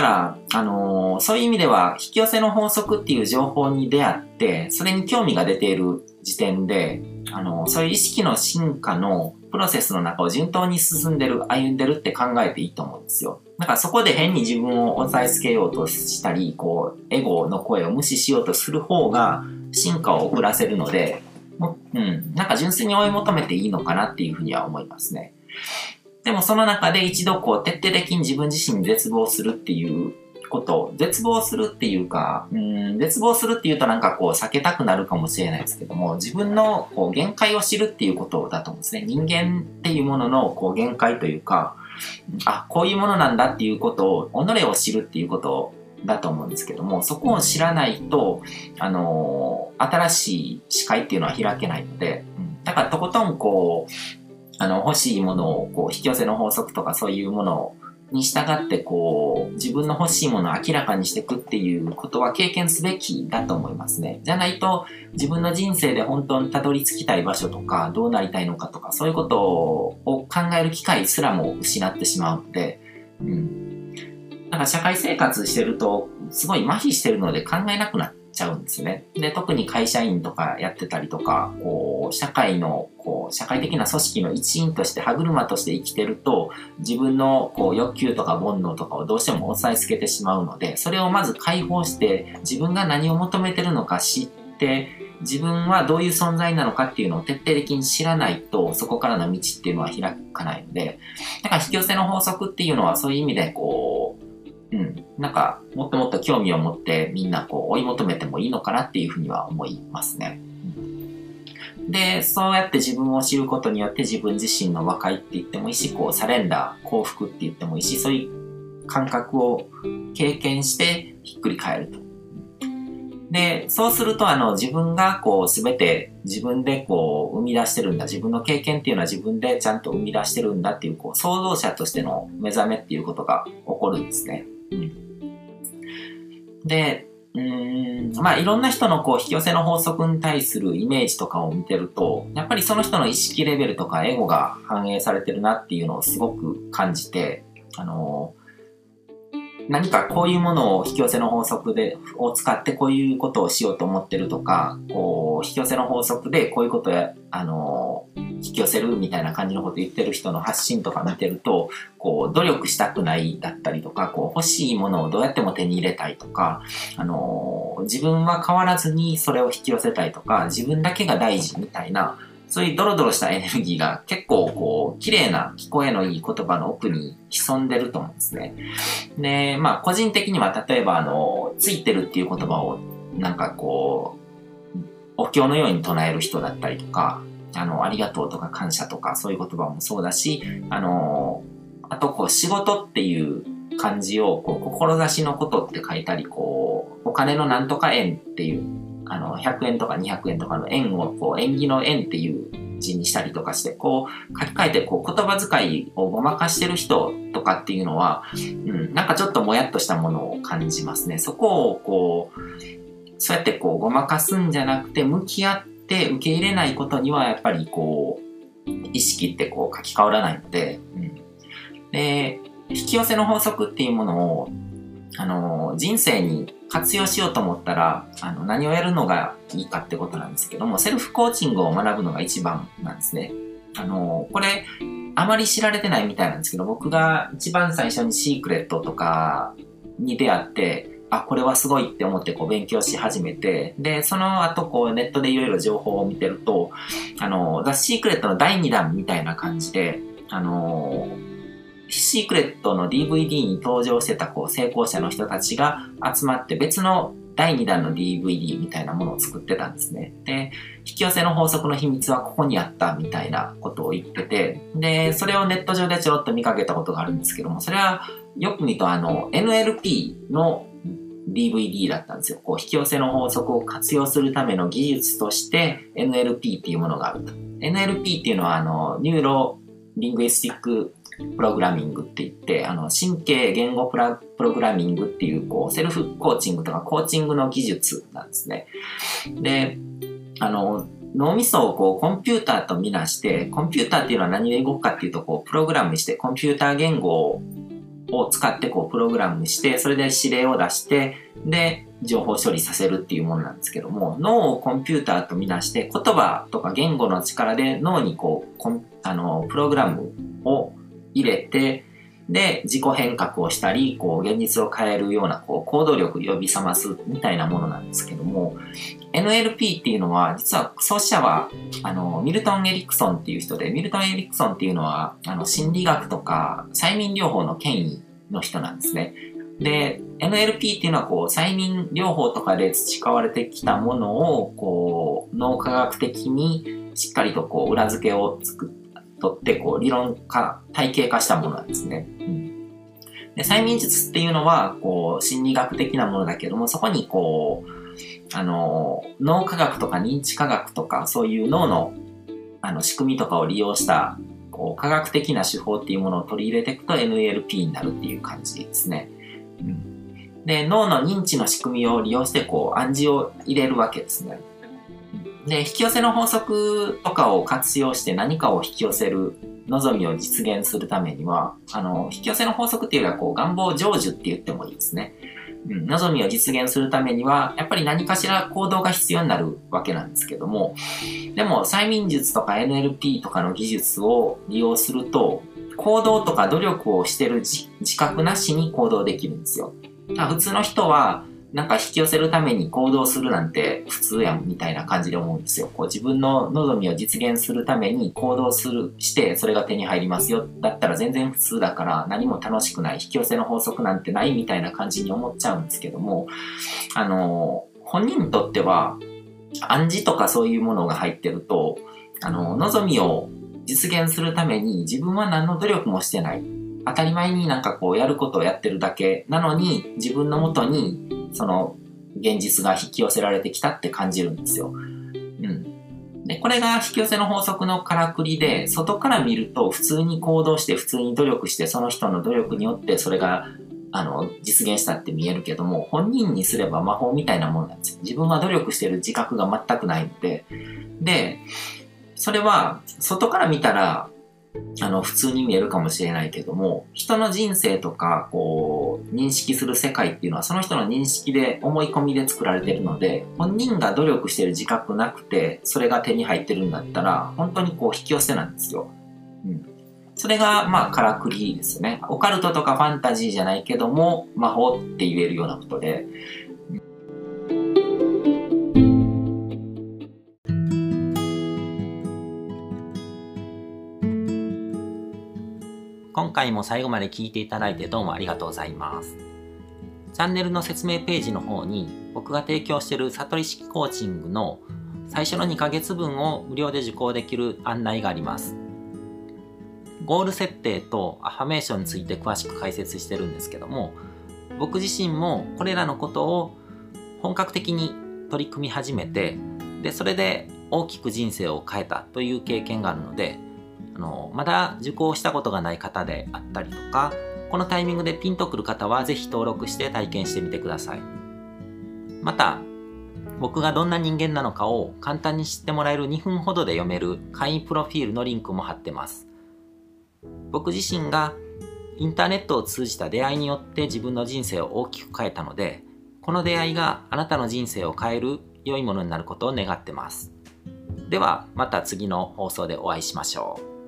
から、そういう意味では、引き寄せの法則っていう情報に出会って、それに興味が出ている時点で、そういう意識の進化のプロセスの中を順当に進んでる、歩んでるって考えていいと思うんですよ。だからそこで変に自分を抑えつけようとしたり、エゴの声を無視しようとする方が進化を遅らせるので、なんか純粋に追い求めていいのかなっていうふうには思いますね。でもその中で一度徹底的に自分自身に絶望するっていうことを、絶望するっていうか、絶望するっていうとなんか避けたくなるかもしれないですけども、自分の限界を知るっていうことだと思うんですね。人間っていうものの限界というか、こういうものなんだっていうことを、己を知るっていうことだと思うんですけども、そこを知らないと、新しい視界っていうのは開けないので、だからとことん欲しいものを引き寄せの法則とかそういうものに従って自分の欲しいものを明らかにしていくっていうことは経験すべきだと思いますね。じゃないと自分の人生で本当にたどり着きたい場所とかどうなりたいのかとかそういうことを考える機会すらも失ってしまうので、なんか社会生活してるとすごい麻痺してるので考えなくなっちゃうんですね。で、特に会社員とかやってたりとか、社会的な組織の一員として歯車として生きてると、自分の欲求とか煩悩とかをどうしても抑えつけてしまうので、それをまず解放して自分が何を求めてるのか知って、自分はどういう存在なのかっていうのを徹底的に知らないと、そこからの道っていうのは開かないので、だから引き寄せの法則っていうのはそういう意味でなんかもっともっと興味を持ってみんな追い求めてもいいのかなっていうふうには思いますね。で、そうやって自分を知ることによって自分自身の和解って言ってもいいし、サレンダー、幸福って言ってもいいし、そういう感覚を経験してひっくり返ると。で、そうすると自分が全て自分で生み出してるんだ。自分の経験っていうのは自分でちゃんと生み出してるんだっていう創造者としての目覚めっていうことが起こるんですね。で、いろんな人の引き寄せの法則に対するイメージとかを見てると、やっぱりその人の意識レベルとかエゴが反映されてるなっていうのをすごく感じて、何かこういうものを引き寄せの法則を使ってこういうことをしようと思ってるとか、引き寄せの法則でこういうことや、引き寄せるみたいな感じのこと言ってる人の発信とか見てると、努力したくないだったりとか、欲しいものをどうやっても手に入れたいとか、自分は変わらずにそれを引き寄せたいとか、自分だけが大事みたいな、そういうドロドロしたエネルギーが結構綺麗な聞こえのいい言葉の奥に潜んでると思うんですね。で、個人的には例えばついてるっていう言葉をなんかお経のように唱える人だったりとか、ありがとうとか感謝とかそういう言葉もそうだし、あと仕事っていう漢字を志のことって書いたり、お金のなんとか円っていう100円とか200円とかの円を縁起の円っていう字にしたりとかして書き換えて言葉遣いをごまかしてる人とかっていうのは、なんかちょっともやっとしたものを感じますね。そこをそうやってごまかすんじゃなくて向き合って受け入れないことにはやっぱり意識って書き換わらないので、で引き寄せの法則っていうものを人生に活用しようと思ったら何をやるのがいいかってことなんですけども、セルフコーチングを学ぶのが一番なんですね。これあまり知られてないみたいなんですけど、僕が一番最初にシークレットとかに出会って、これはすごいって思って勉強し始めて、でその後ネットでいろいろ情報を見てるとザ・シークレットの第2弾みたいな感じでシークレットの DVD に登場してた成功者の人たちが集まって別の第2弾の DVD みたいなものを作ってたんですね。で、引き寄せの法則の秘密はここにあったみたいなことを言ってて、で、それをネット上でちょろっと見かけたことがあるんですけども、それはよく見るとNLP の DVD だったんですよ。引き寄せの法則を活用するための技術として NLP っていうものがあると。NLP っていうのはニューロリングイスティックプログラミングって言って、神経言語プログラミングっていうセルフコーチングとかコーチングの技術なんですね。で、脳みそをコンピューターとみなして、コンピューターっていうのは何で動くかっていうとプログラムしてコンピューター言語を使ってこうプログラムして、それで指令を出して、で、情報処理させるっていうものなんですけども、脳をコンピューターとみなして、言葉とか言語の力で脳にこう、プログラムを入れて、で、自己変革をしたり、こう、現実を変えるような、こう、行動力を呼び覚ますみたいなものなんですけども、NLP っていうのは、実は創始者は、ミルトン・エリクソンっていう人で、ミルトン・エリクソンっていうのは、心理学とか催眠療法の権威の人なんですね。で、NLP っていうのは、こう、催眠療法とかで培われてきたものを、こう、脳科学的にしっかりとこう、裏付けをとって、こう、理論化、体系化したものなんですね。で、催眠術っていうのは、こう、心理学的なものだけども、そこにこう、脳科学とか認知科学とか、そういう脳の、仕組みとかを利用した、こう、科学的な手法っていうものを取り入れていくと NLP になるっていう感じですね。で、脳の認知の仕組みを利用して、こう、暗示を入れるわけですね。で、引き寄せの法則とかを活用して何かを引き寄せる望みを実現するためには、引き寄せの法則っていうよりは、こう、願望成就って言ってもいいですね。望みを実現するためには、やっぱり何かしら行動が必要になるわけなんですけども、でも、催眠術とか NLP とかの技術を利用すると、行動とか努力をしてる自覚なしに行動できるんですよ。普通の人は、なんか引き寄せるために行動するなんて普通やんみたいな感じで思うんですよ。こう自分の望みを実現するために行動してそれが手に入りますよ。だったら全然普通だから何も楽しくない。引き寄せの法則なんてないみたいな感じに思っちゃうんですけども、本人にとっては暗示とかそういうものが入ってると、望みを実現するために自分は何の努力もしてない。当たり前になんかこうやることをやってるだけなのに自分のもとにその現実が引き寄せられてきたって感じるんですよ。で、これが引き寄せの法則のからくりで、外から見ると普通に行動して普通に努力してその人の努力によってそれが実現したって見えるけども、本人にすれば魔法みたいなものなんですよ。自分は努力してる自覚が全くないので。で、それは外から見たら普通に見えるかもしれないけども、人の人生とか、こう、認識する世界っていうのは、その人の認識で、思い込みで作られているので、本人が努力してる自覚なくて、それが手に入ってるんだったら、本当にこう、引き寄せなんですよ。それが、まあ、からくりですよね。オカルトとかファンタジーじゃないけども、魔法って言えるようなことで、今回も最後まで聞いていただいてどうもありがとうございます。チャンネルの説明ページの方に僕が提供している悟り式コーチングの最初の2ヶ月分を無料で受講できる案内があります。ゴール設定とアファメーションについて詳しく解説してるんですけども、僕自身もこれらのことを本格的に取り組み始めて、でそれで大きく人生を変えたという経験があるので、まだ受講したことがない方であったりとか、このタイミングでピンとくる方はぜひ登録して体験してみてください。また、僕がどんな人間なのかを簡単に知ってもらえる2分ほどで読める会員プロフィールのリンクも貼ってます。僕自身がインターネットを通じた出会いによって自分の人生を大きく変えたので、この出会いがあなたの人生を変える良いものになることを願ってます。ではまた次の放送でお会いしましょう。